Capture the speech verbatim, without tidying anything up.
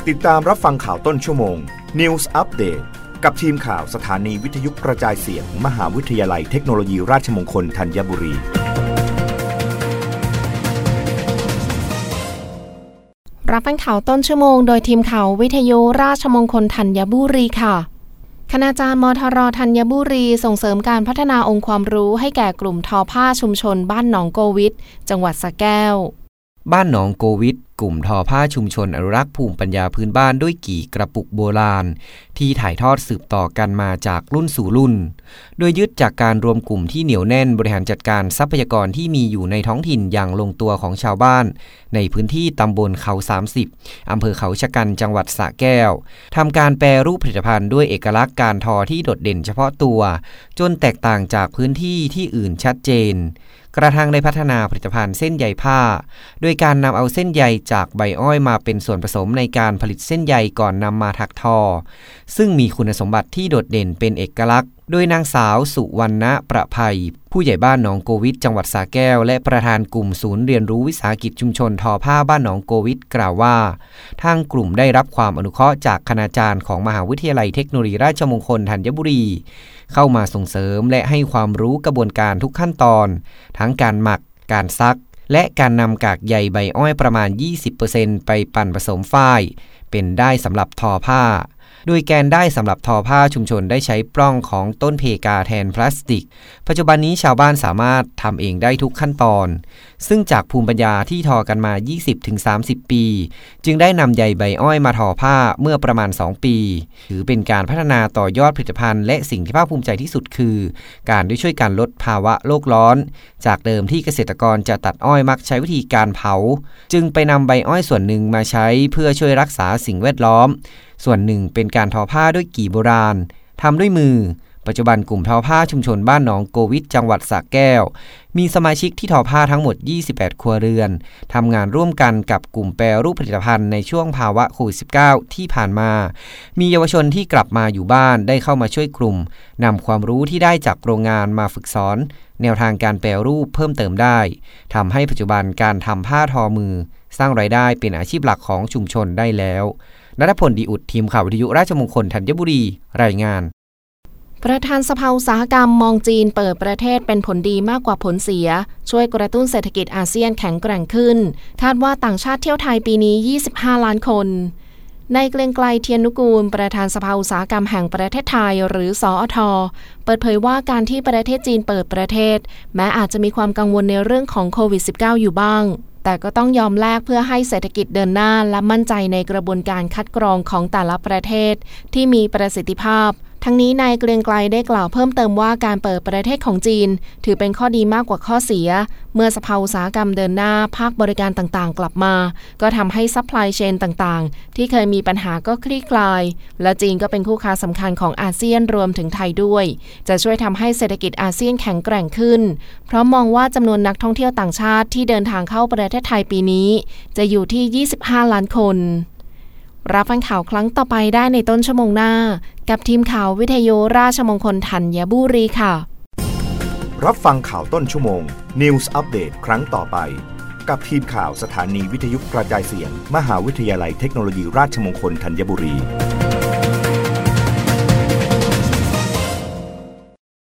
ติดตามรับฟังข่าวต้นชั่วโมง News Update กับทีมข่าวสถานีวิทยุกระจายเสียง มหาวิทยาลัยเทคโนโลยีราชมงคลธัญบุรีรับฟังข่าวต้นชั่วโมงโดยทีมข่าววิทยุราชมงคลธัญบุรีค่ะคณาจารย์มทรธัญบุรีส่งเสริมการพัฒนาองค์ความรู้ให้แก่กลุ่มทอผ้าชุมชนบ้านหนองโกวิทจังหวัดสระแก้วบ้านหนองโกวิทกลุ่มทอผ้าชุมชนอนุรักษ์ภูมิปัญญาพื้นบ้านด้วยกี่กระปุกโบราณที่ถ่ายทอดสืบต่อกันมาจากรุ่นสู่รุ่นโดยยึดจากการรวมกลุ่มที่เหนียวแน่นบริหารจัดการทรัพยากรที่มีอยู่ในท้องถิ่นอย่างลงตัวของชาวบ้านในพื้นที่ตำบลเขาสามสิบอำเภอเขาชะกันจังหวัดสระแก้วทำการแปรรูปผลิตภัณฑ์ด้วยเอกลักษณ์การทอที่โดดเด่นเฉพาะตัวจนแตกต่างจากพื้นที่ที่อื่นชัดเจนกระทั่งได้พัฒนาผลิตภัณฑ์เส้นใยผ้าโดยการนำเอาเส้นใยจากใบอ้อยมาเป็นส่วนผสมในการผลิตเส้นใยก่อนนำมาถักทอซึ่งมีคุณสมบัติที่โดดเด่นเป็นเอกลักษณ์โดยนางสาวสุวรรณประภัยผู้ใหญ่บ้านหนองโกวิทจังหวัดสระแก้วและประธานกลุ่มศูนย์เรียนรู้วิสาหกิจชุมชนทอผ้าบ้านหนองโกวิทกล่าวว่าทางกลุ่มได้รับความอนุเคราะห์จากคณาจารย์ของมหาวิทยาลัยเทคโนโลยีราชมงคลธัญบุรีเข้ามาส่งเสริมและให้ความรู้กระบวนการทุกขั้นตอนทั้งการหมักการซักและการนำกากใยใบอ้อยประมาณ ยี่สิบเปอร์เซ็นต์ ไปปั่นผสมฝ้ายเป็นได้สำหรับทอผ้าโดยแกนได้สำหรับทอผ้าชุมชนได้ใช้ปล้องของต้นเพกาแทนพลาสติกปัจจุบันนี้ชาวบ้านสามารถทำเองได้ทุกขั้นตอนซึ่งจากภูมิปัญญาที่ทอกันมา ยี่สิบถึงสามสิบ ปีจึงได้นำใยใบอ้อยมาทอผ้าเมื่อประมาณสองปีถือเป็นการพัฒนาต่อยอดผลิตภัณฑ์และสิ่งที่ภาคภูมิใจที่สุดคือการได้ช่วยกันลดภาวะโลกร้อนจากเดิมที่เกษตรกรจะตัดอ้อยมักใช้วิธีการเผาจึงไปนำใบอ้อยส่วนหนึ่งมาใช้เพื่อช่วยรักษาสิ่งแวดล้อมส่วนหนึ่งเป็นการทอผ้าด้วยกี่โบราณทำด้วยมือปัจจุบันกลุ่มทอผ้าชุมชนบ้านหนองโกวิทจังหวัดสระแก้วมีสมาชิกที่ทอผ้าทั้งหมดยี่สิบแปดครัวเรือนทำงานร่วมกันกับกลุ่มแปรรูปผลิตภัณฑ์ในช่วงภาวะโควิด สิบเก้า ที่ผ่านมามีเยาวชนที่กลับมาอยู่บ้านได้เข้ามาช่วยกลุ่มนำความรู้ที่ได้จากโรงงานมาฝึกสอนแนวทางการแปรรูปเพิ่มเติมได้ทำให้ปัจจุบันการทำผ้าทอมือสร้างรายได้เป็นอาชีพหลักของชุมชนได้แล้วณัฐพล ดีอุดทีมข่าววิทยุราชมงคลธัญบุรีรายงานประธานสภาอุตสาหกรรมมองจีนเปิดประเทศเป็นผลดีมากกว่าผลเสียช่วยกระตุ้นเศรษฐกิจอาเซียนแข็งแกร่งขึ้นคาดว่าต่างชาติเที่ยวไทยปีนี้ยี่สิบห้าล้านคนนายเกรียงไกรเทียนนุกูลประธานสภาอุตสาหกรรมแห่งประเทศไทยหรือสอท.เปิดเผยว่าการที่ประเทศจีนเปิดประเทศแม้อาจจะมีความกังวลในเรื่องของโควิด สิบเก้า อยู่บ้างแต่ก็ต้องยอมแลกเพื่อให้เศรษฐกิจเดินหน้าและมั่นใจในกระบวนการคัดกรองของแต่ละประเทศที่มีประสิทธิภาพทั้งนี้นายเกรียงไกรได้กล่าวเพิ่มเติมว่าการเปิดประเทศของจีนถือเป็นข้อดีมากกว่าข้อเสียเมื่อสภาอุตสาหกรรมเดินหน้าภาคบริการต่างๆกลับมาก็ทำให้ซัพพลายเชนต่างๆที่เคยมีปัญหาก็คลี่คลายและจีนก็เป็นคู่ค้าสำคัญของอาเซียนรวมถึงไทยด้วยจะช่วยทำให้เศรษฐกิจอาเซียนแข็งแกร่งขึ้นเพราะมองว่าจำนวนนักท่องเที่ยวต่างชาติที่เดินทางเข้าประเทศไทยปีนี้จะอยู่ที่ยี่สิบห้าล้านคนรับฟังข่าวครั้งต่อไปได้ในต้นชั่วโมงหน้ากับทีมข่าววิทยุราชมงคลธัญบุรีค่ะรับฟังข่าวต้นชั่วโมง News Update ครั้งต่อไปกับทีมข่าวสถานีวิทยุกระจายเสียงมหาวิทยาลัยเทคโนโลยีราชมงคลธัญบุรี